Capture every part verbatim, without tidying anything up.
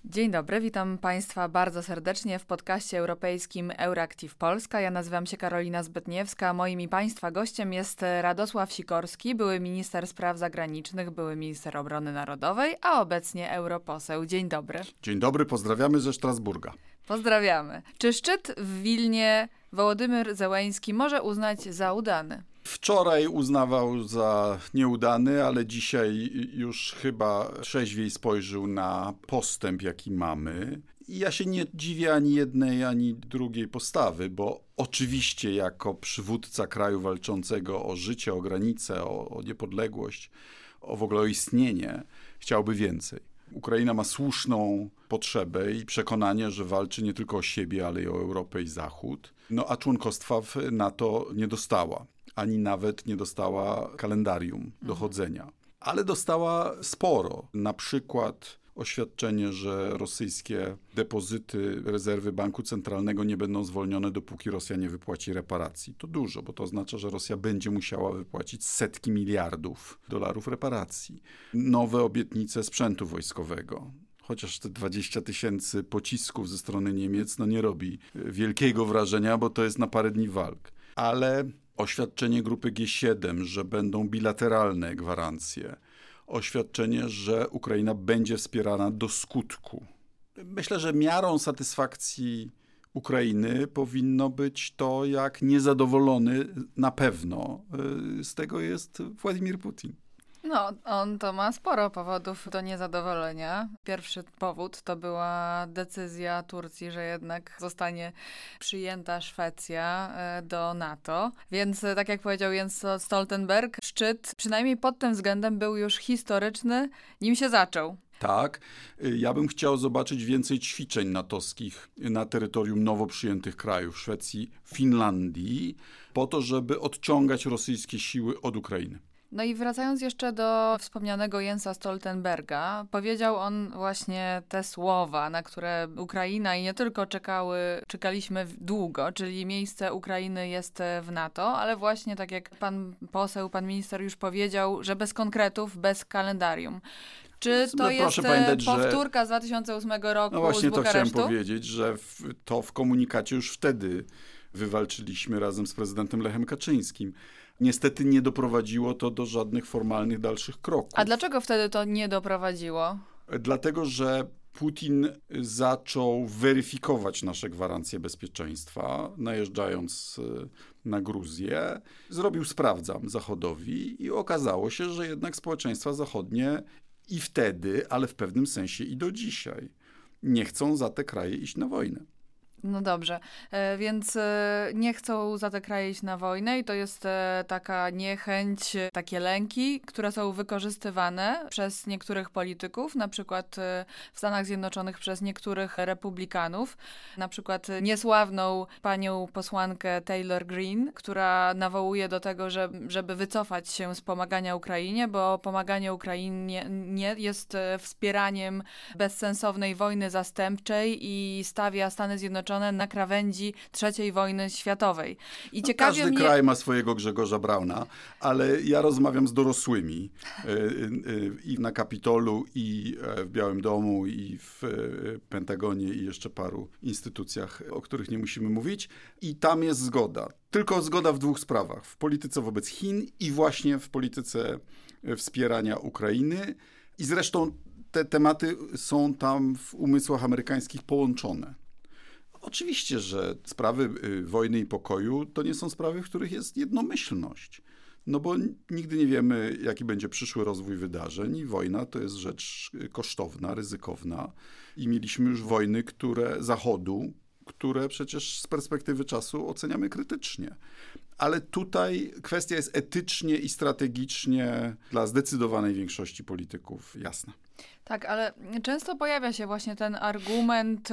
Dzień dobry, witam Państwa bardzo serdecznie w podcaście europejskim Euractiv Polska. Ja nazywam się Karolina Zbytniewska. Moim i Państwa gościem jest Radosław Sikorski, były minister spraw zagranicznych, były minister obrony narodowej, a obecnie europoseł. Dzień dobry. Dzień dobry, pozdrawiamy ze Strasburga. Pozdrawiamy. Czy szczyt w Wilnie Wołodymyr Zełenski może uznać za udany? Wczoraj uznawał za nieudany, ale dzisiaj już chyba trzeźwiej spojrzył na postęp, jaki mamy. I ja się nie dziwię ani jednej, ani drugiej postawy, bo oczywiście jako przywódca kraju walczącego o życie, o granice, o, o niepodległość, o w ogóle o istnienie, chciałby więcej. Ukraina ma słuszną potrzebę i przekonanie, że walczy nie tylko o siebie, ale i o Europę i Zachód. No a członkostwa w NATO nie dostała. Ani nawet nie dostała kalendarium dochodzenia. Ale dostała sporo. Na przykład oświadczenie, że rosyjskie depozyty, rezerwy Banku Centralnego nie będą zwolnione, dopóki Rosja nie wypłaci reparacji. To dużo, bo to oznacza, że Rosja będzie musiała wypłacić setki miliardów dolarów reparacji. Nowe obietnice sprzętu wojskowego. Chociaż te dwadzieścia tysięcy pocisków ze strony Niemiec no nie robi wielkiego wrażenia, bo to jest na parę dni walk. Ale oświadczenie grupy G siedem, że będą bilateralne gwarancje. Oświadczenie, że Ukraina będzie wspierana do skutku. Myślę, że miarą satysfakcji Ukrainy powinno być to, jak niezadowolony na pewno z tego jest Władimir Putin. No, on to ma sporo powodów do niezadowolenia. Pierwszy powód to była decyzja Turcji, że jednak zostanie przyjęta Szwecja do NATO. Więc tak jak powiedział Jens Stoltenberg, szczyt przynajmniej pod tym względem był już historyczny, nim się zaczął. Tak, ja bym chciał zobaczyć więcej ćwiczeń natowskich na terytorium nowo przyjętych krajów, Szwecji, Finlandii, po to, żeby odciągać rosyjskie siły od Ukrainy. No i wracając jeszcze do wspomnianego Jensa Stoltenberga, powiedział on właśnie te słowa, na które Ukraina i nie tylko czekały, czekaliśmy długo, czyli miejsce Ukrainy jest w NATO, ale właśnie tak jak pan poseł, pan minister już powiedział, że bez konkretów, bez kalendarium. Czy to no, jest pamiętać, powtórka że... z dwa tysiące ósmego roku No właśnie z to Bukaresztu? chciałem powiedzieć, że w, to w komunikacie już wtedy wywalczyliśmy razem z prezydentem Lechem Kaczyńskim. Niestety nie doprowadziło to do żadnych formalnych dalszych kroków. A dlaczego wtedy to nie doprowadziło? Dlatego, że Putin zaczął weryfikować nasze gwarancje bezpieczeństwa, najeżdżając na Gruzję. Zrobił sprawdzam Zachodowi i okazało się, że jednak społeczeństwa zachodnie i wtedy, ale w pewnym sensie i do dzisiaj nie chcą za te kraje iść na wojnę. No dobrze, e, więc e, nie chcą za te kraje iść na wojnę i to jest e, taka niechęć, takie lęki, które są wykorzystywane przez niektórych polityków, na przykład e, w Stanach Zjednoczonych przez niektórych republikanów, na przykład niesławną panią posłankę Taylor Greene, która nawołuje do tego, że, żeby wycofać się z pomagania Ukrainie, bo pomaganie Ukrainie nie jest wspieraniem bezsensownej wojny zastępczej i stawia Stany Zjednoczone na krawędzi trzeciej wojny światowej. I no, ciekawie każdy mnie... kraj ma swojego Grzegorza Brauna, ale ja rozmawiam z dorosłymi y, y, i na Kapitolu, i w Białym Domu, i w Pentagonie, i jeszcze paru instytucjach, o których nie musimy mówić. I tam jest zgoda. Tylko zgoda w dwóch sprawach. W polityce wobec Chin i właśnie w polityce wspierania Ukrainy. I zresztą te tematy są tam w umysłach amerykańskich połączone. Oczywiście, że sprawy wojny i pokoju to nie są sprawy, w których jest jednomyślność. No bo nigdy nie wiemy, jaki będzie przyszły rozwój wydarzeń i wojna to jest rzecz kosztowna, ryzykowna. I mieliśmy już wojny, które Zachodu, które przecież z perspektywy czasu oceniamy krytycznie. Ale tutaj kwestia jest etycznie i strategicznie dla zdecydowanej większości polityków jasna. Tak, ale często pojawia się właśnie ten argument,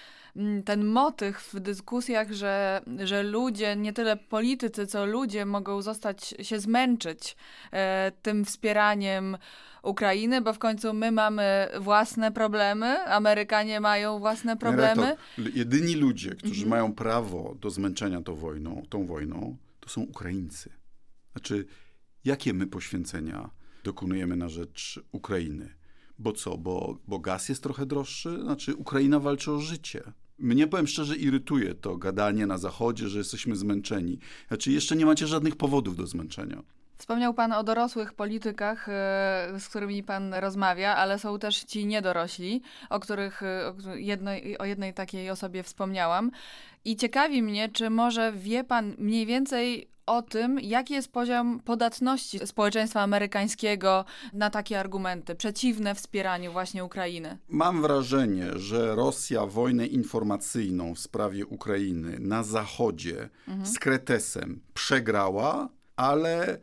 ten motyw w dyskusjach, że, że ludzie, nie tyle politycy, co ludzie mogą zostać, się zmęczyć e, tym wspieraniem Ukrainy, bo w końcu my mamy własne problemy, Amerykanie mają własne problemy. Reto, jedyni ludzie, którzy mhm. mają prawo do zmęczenia tą wojną, tą wojną, to są Ukraińcy. Znaczy, jakie my poświęcenia dokonujemy na rzecz Ukrainy? Bo co? Bo, bo gaz jest trochę droższy? Znaczy Ukraina walczy o życie. Mnie, powiem szczerze, irytuje to gadanie na Zachodzie, że jesteśmy zmęczeni. Znaczy jeszcze nie macie żadnych powodów do zmęczenia. Wspomniał pan o dorosłych politykach, z którymi pan rozmawia, ale są też ci niedorośli, o których o jednej, o jednej takiej osobie wspomniałam. I ciekawi mnie, czy może wie pan mniej więcej o tym, jaki jest poziom podatności społeczeństwa amerykańskiego na takie argumenty przeciwne wspieraniu właśnie Ukrainy. Mam wrażenie, że Rosja wojnę informacyjną w sprawie Ukrainy na Zachodzie mhm. z kretesem przegrała, ale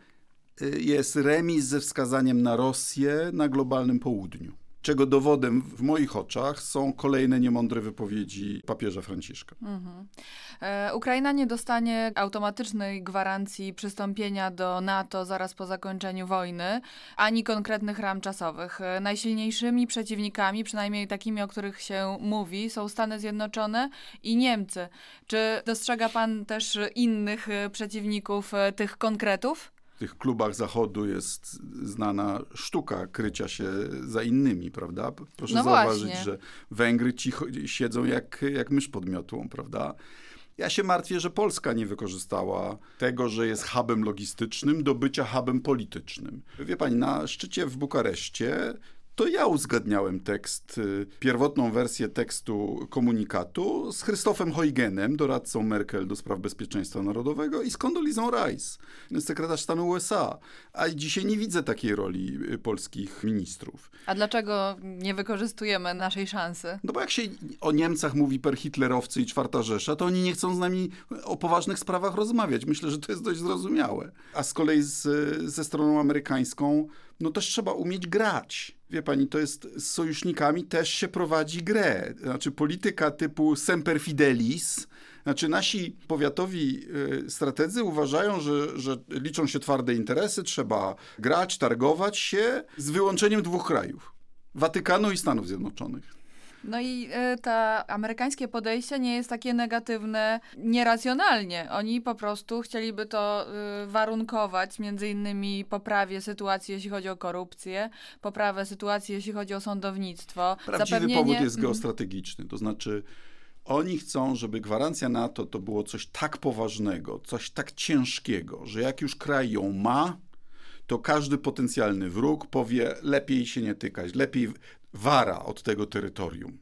jest remis ze wskazaniem na Rosję na globalnym południu. Czego dowodem w moich oczach są kolejne niemądre wypowiedzi papieża Franciszka. Mhm. E, Ukraina nie dostanie automatycznej gwarancji przystąpienia do NATO zaraz po zakończeniu wojny, ani konkretnych ram czasowych. E, najsilniejszymi przeciwnikami, przynajmniej takimi, o których się mówi, są Stany Zjednoczone i Niemcy. Czy dostrzega pan też innych przeciwników tych konkretów? W tych klubach Zachodu jest znana sztuka krycia się za innymi, prawda? Proszę no zauważyć, właśnie. że Węgry cicho siedzą jak, jak mysz pod miotłą, prawda? Ja się martwię, że Polska nie wykorzystała tego, że jest hubem logistycznym do bycia hubem politycznym. Wie pani, na szczycie w Bukareszcie to ja uzgadniałem tekst, pierwotną wersję tekstu komunikatu z Christophem Huygenem, doradcą Merkel do spraw bezpieczeństwa narodowego i z Condoleezą Rice, sekretarz stanu U S A. A dzisiaj nie widzę takiej roli polskich ministrów. A dlaczego nie wykorzystujemy naszej szansy? No bo jak się o Niemcach mówi per hitlerowcy i czwarta Rzesza, to oni nie chcą z nami o poważnych sprawach rozmawiać. Myślę, że to jest dość zrozumiałe. A z kolei z, ze stroną amerykańską, no też trzeba umieć grać. Wie pani, to jest z sojusznikami też się prowadzi grę. Znaczy polityka typu semper fidelis. Znaczy nasi powiatowi y, strategzy uważają, że, że liczą się twarde interesy, trzeba grać, targować się z wyłączeniem dwóch krajów. Watykanu i Stanów Zjednoczonych. No i y, to amerykańskie podejście nie jest takie negatywne nieracjonalnie. Oni po prostu chcieliby to y, warunkować, między innymi poprawie sytuacji, jeśli chodzi o korupcję, poprawę sytuacji, jeśli chodzi o sądownictwo. Prawdziwy zapewnienie... powód jest geostrategiczny, to znaczy oni chcą, żeby gwarancja NATO to było coś tak poważnego, coś tak ciężkiego, że jak już kraj ją ma, to każdy potencjalny wróg powie, lepiej się nie tykać, lepiej wara od tego terytorium.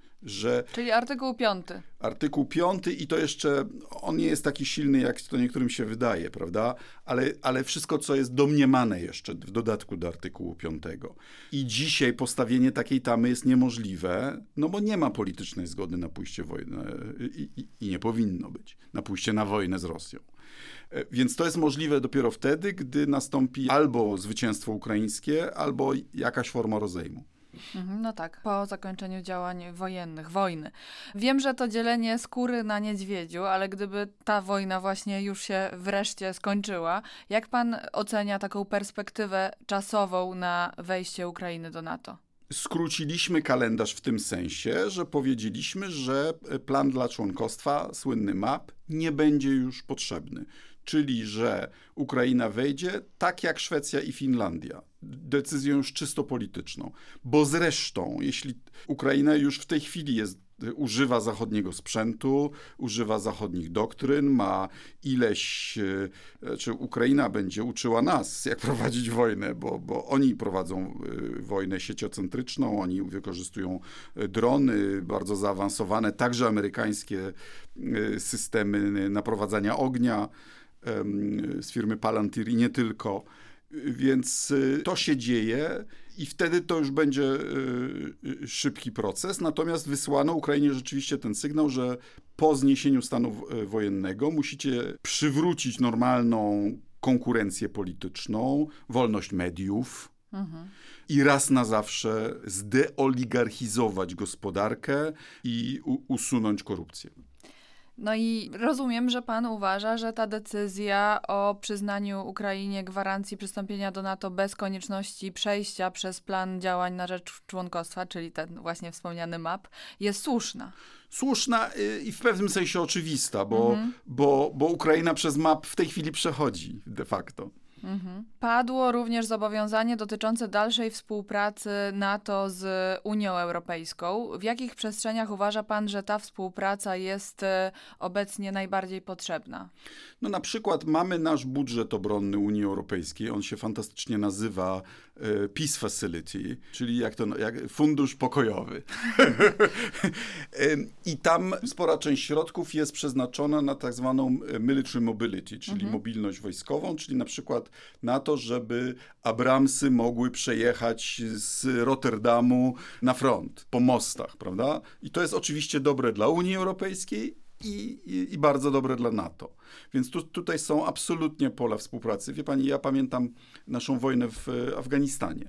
Że Czyli artykuł piąty. Artykuł piąty i to jeszcze, on nie jest taki silny, jak to niektórym się wydaje, prawda? Ale, ale wszystko, co jest domniemane jeszcze w dodatku do artykułu piątego. I dzisiaj postawienie takiej tamy jest niemożliwe, no bo nie ma politycznej zgody na pójście wojny i, i, i nie powinno być, na pójście na wojnę z Rosją. Więc to jest możliwe dopiero wtedy, gdy nastąpi albo zwycięstwo ukraińskie, albo jakaś forma rozejmu. No tak, po zakończeniu działań wojennych, wojny. Wiem, że to dzielenie skóry na niedźwiedziu, ale gdyby ta wojna właśnie już się wreszcie skończyła, jak pan ocenia taką perspektywę czasową na wejście Ukrainy do NATO? Skróciliśmy kalendarz w tym sensie, że powiedzieliśmy, że plan dla członkostwa, słynny map, nie będzie już potrzebny. Czyli, że Ukraina wejdzie tak jak Szwecja i Finlandia. Decyzją już czysto polityczną. Bo zresztą, jeśli Ukraina już w tej chwili jest, używa zachodniego sprzętu, używa zachodnich doktryn, ma ileś, czy Ukraina będzie uczyła nas, jak prowadzić wojnę, bo, bo oni prowadzą wojnę sieciocentryczną, oni wykorzystują drony bardzo zaawansowane, także amerykańskie systemy naprowadzania ognia z firmy Palantir i nie tylko. Więc to się dzieje i wtedy to już będzie szybki proces. Natomiast wysłano Ukrainie rzeczywiście ten sygnał, że po zniesieniu stanu wojennego musicie przywrócić normalną konkurencję polityczną, wolność mediów mhm. i raz na zawsze zdeoligarchizować gospodarkę i usunąć korupcję. No i rozumiem, że pan uważa, że ta decyzja o przyznaniu Ukrainie gwarancji przystąpienia do NATO bez konieczności przejścia przez plan działań na rzecz członkostwa, czyli ten właśnie wspomniany map, jest słuszna. Słuszna i w pewnym sensie oczywista, bo, mhm. bo, bo Ukraina przez map w tej chwili przechodzi de facto. Mhm. Padło również zobowiązanie dotyczące dalszej współpracy NATO z Unią Europejską. W jakich przestrzeniach uważa pan, że ta współpraca jest obecnie najbardziej potrzebna? No na przykład mamy nasz budżet obronny Unii Europejskiej, on się fantastycznie nazywa e, Peace Facility, czyli jak to, jak fundusz pokojowy. I tam spora część środków jest przeznaczona na tak zwaną military mobility, czyli mhm. mobilność wojskową, czyli na przykład na to, żeby Abramsy mogły przejechać z Rotterdamu na front, po mostach, prawda? I to jest oczywiście dobre dla Unii Europejskiej i, i, i bardzo dobre dla NATO. Więc tu, tutaj są absolutnie pola współpracy. Wie pani, ja pamiętam naszą wojnę w Afganistanie,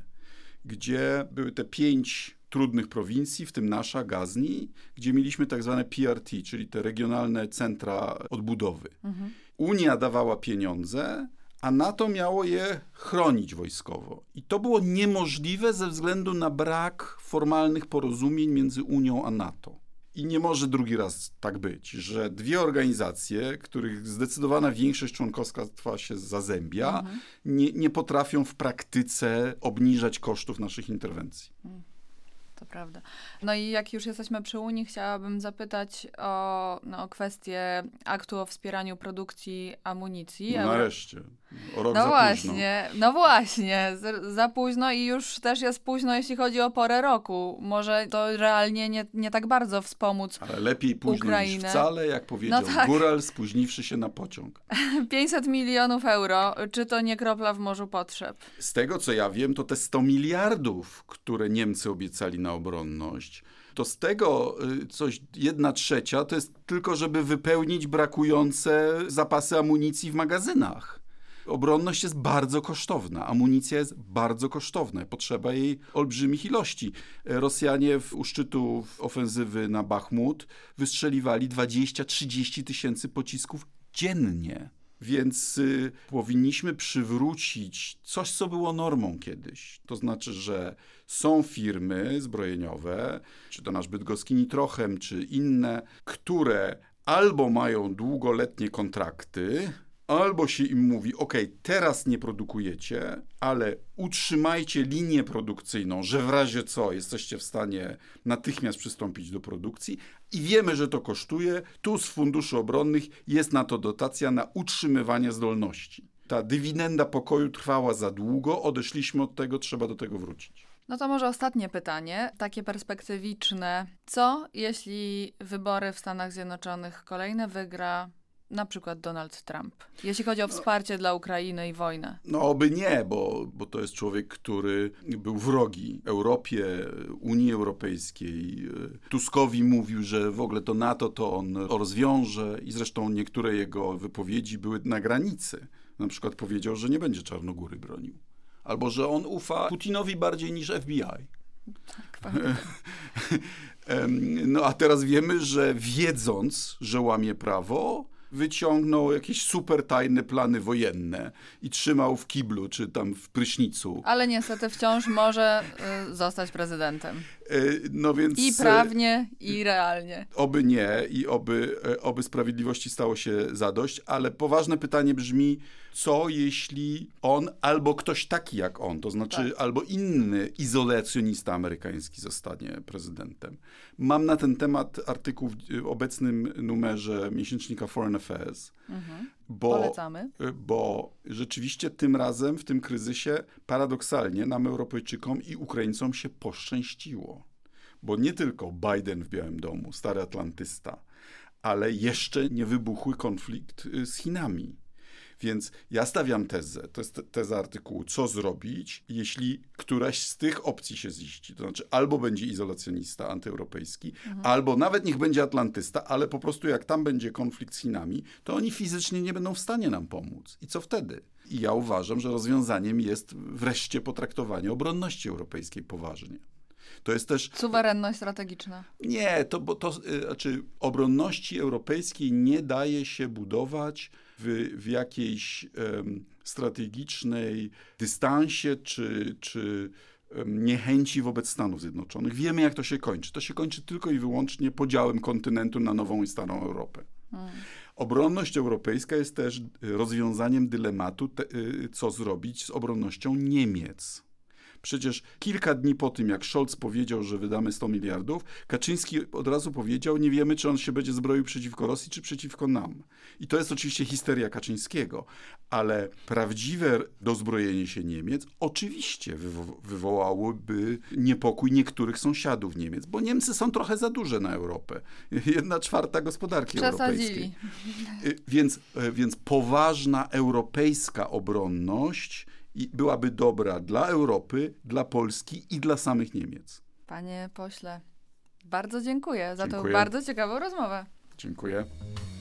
gdzie były te pięć trudnych prowincji, w tym nasza, Gazni, gdzie mieliśmy tak zwane P R T, czyli te regionalne centra odbudowy. Mhm. Unia dawała pieniądze, a NATO miało je chronić wojskowo. I to było niemożliwe ze względu na brak formalnych porozumień między Unią a NATO. I nie może drugi raz tak być, że dwie organizacje, których zdecydowana większość członkowska się zazębia, mhm. nie, nie potrafią w praktyce obniżać kosztów naszych interwencji. Mhm. To prawda. No i jak już jesteśmy przy Unii, chciałabym zapytać o, no, o kwestię aktu o wspieraniu produkcji amunicji. No nareszcie. O rok no za właśnie, późno. No właśnie, za późno i już też jest późno, jeśli chodzi o porę roku. Może to realnie nie, nie tak bardzo wspomóc Ale lepiej późno Ukrainę. niż wcale, jak powiedział no tak. góral, spóźniwszy się na pociąg. pięćset milionów euro, czy to nie kropla w morzu potrzeb? Z tego, co ja wiem, to te sto miliardów, które Niemcy obiecali na obronność, to z tego coś jedna trzecia to jest tylko, żeby wypełnić brakujące zapasy amunicji w magazynach. Obronność jest bardzo kosztowna, amunicja jest bardzo kosztowna, potrzeba jej olbrzymich ilości. Rosjanie w, u szczytu ofensywy na Bachmut wystrzeliwali dwadzieścia trzydzieści tysięcy pocisków dziennie. Więc y, powinniśmy przywrócić coś, co było normą kiedyś. To znaczy, że są firmy zbrojeniowe, czy to nasz bydgoski Nitrochem, czy inne, które albo mają długoletnie kontrakty, albo się im mówi, ok, teraz nie produkujecie, ale utrzymajcie linię produkcyjną, że w razie co jesteście w stanie natychmiast przystąpić do produkcji i wiemy, że to kosztuje. Tu z funduszy obronnych jest na to dotacja na utrzymywanie zdolności. Ta dywidenda pokoju trwała za długo, odeszliśmy od tego, trzeba do tego wrócić. No to może ostatnie pytanie, takie perspektywiczne. Co jeśli wybory w Stanach Zjednoczonych kolejne wygra na przykład Donald Trump, jeśli chodzi o wsparcie no, dla Ukrainy i wojnę? No oby nie, bo, bo to jest człowiek, który był wrogi Europie, Unii Europejskiej. Tuskowi mówił, że w ogóle to NATO to on rozwiąże i zresztą niektóre jego wypowiedzi były na granicy. Na przykład powiedział, że nie będzie Czarnogóry bronił. Albo, że on ufa Putinowi bardziej niż F B I. Tak, pamiętam. No a teraz wiemy, że wiedząc, że łamie prawo, wyciągnął jakieś super tajne plany wojenne i trzymał w kiblu, czy tam w prysznicu. Ale niestety wciąż może y, zostać prezydentem. Y, no więc... I prawnie, i realnie. Oby nie i oby, oby sprawiedliwości stało się zadość, ale poważne pytanie brzmi, co jeśli on albo ktoś taki jak on, to znaczy tak. albo inny izolacjonista amerykański zostanie prezydentem. Mam na ten temat artykuł w obecnym numerze miesięcznika Foreign Affairs. Mhm. Bo, Polecamy. Bo rzeczywiście tym razem w tym kryzysie paradoksalnie nam Europejczykom i Ukraińcom się poszczęściło. Bo nie tylko Biden w Białym Domu, stary atlantysta, ale jeszcze nie wybuchły konflikt z Chinami. Więc ja stawiam tezę, to jest teza artykułu, co zrobić, jeśli któraś z tych opcji się ziści. To znaczy albo będzie izolacjonista antyeuropejski, mhm. albo nawet niech będzie atlantysta, ale po prostu jak tam będzie konflikt z Chinami, to oni fizycznie nie będą w stanie nam pomóc. I co wtedy? I ja uważam, że rozwiązaniem jest wreszcie potraktowanie obronności europejskiej poważnie. To jest też... Suwerenność strategiczna. Nie, to, bo to znaczy obronności europejskiej nie daje się budować w, w jakiejś um, strategicznej dystansie czy, czy um, niechęci wobec Stanów Zjednoczonych. Wiemy, jak to się kończy. To się kończy tylko i wyłącznie podziałem kontynentu na nową i starą Europę. Hmm. Obronność europejska jest też rozwiązaniem dylematu, te, co zrobić z obronnością Niemiec. Przecież kilka dni po tym, jak Scholz powiedział, że wydamy sto miliardów, Kaczyński od razu powiedział, nie wiemy, czy on się będzie zbroił przeciwko Rosji, czy przeciwko nam. I to jest oczywiście histeria Kaczyńskiego, ale prawdziwe dozbrojenie się Niemiec oczywiście wywo- wywołałoby niepokój niektórych sąsiadów Niemiec, bo Niemcy są trochę za duże na Europę. Jedna czwarta gospodarki europejskiej. Więc, więc poważna europejska obronność i byłaby dobra dla Europy, dla Polski i dla samych Niemiec. Panie pośle, bardzo dziękuję za Dziękuję. tą bardzo ciekawą rozmowę. Dziękuję.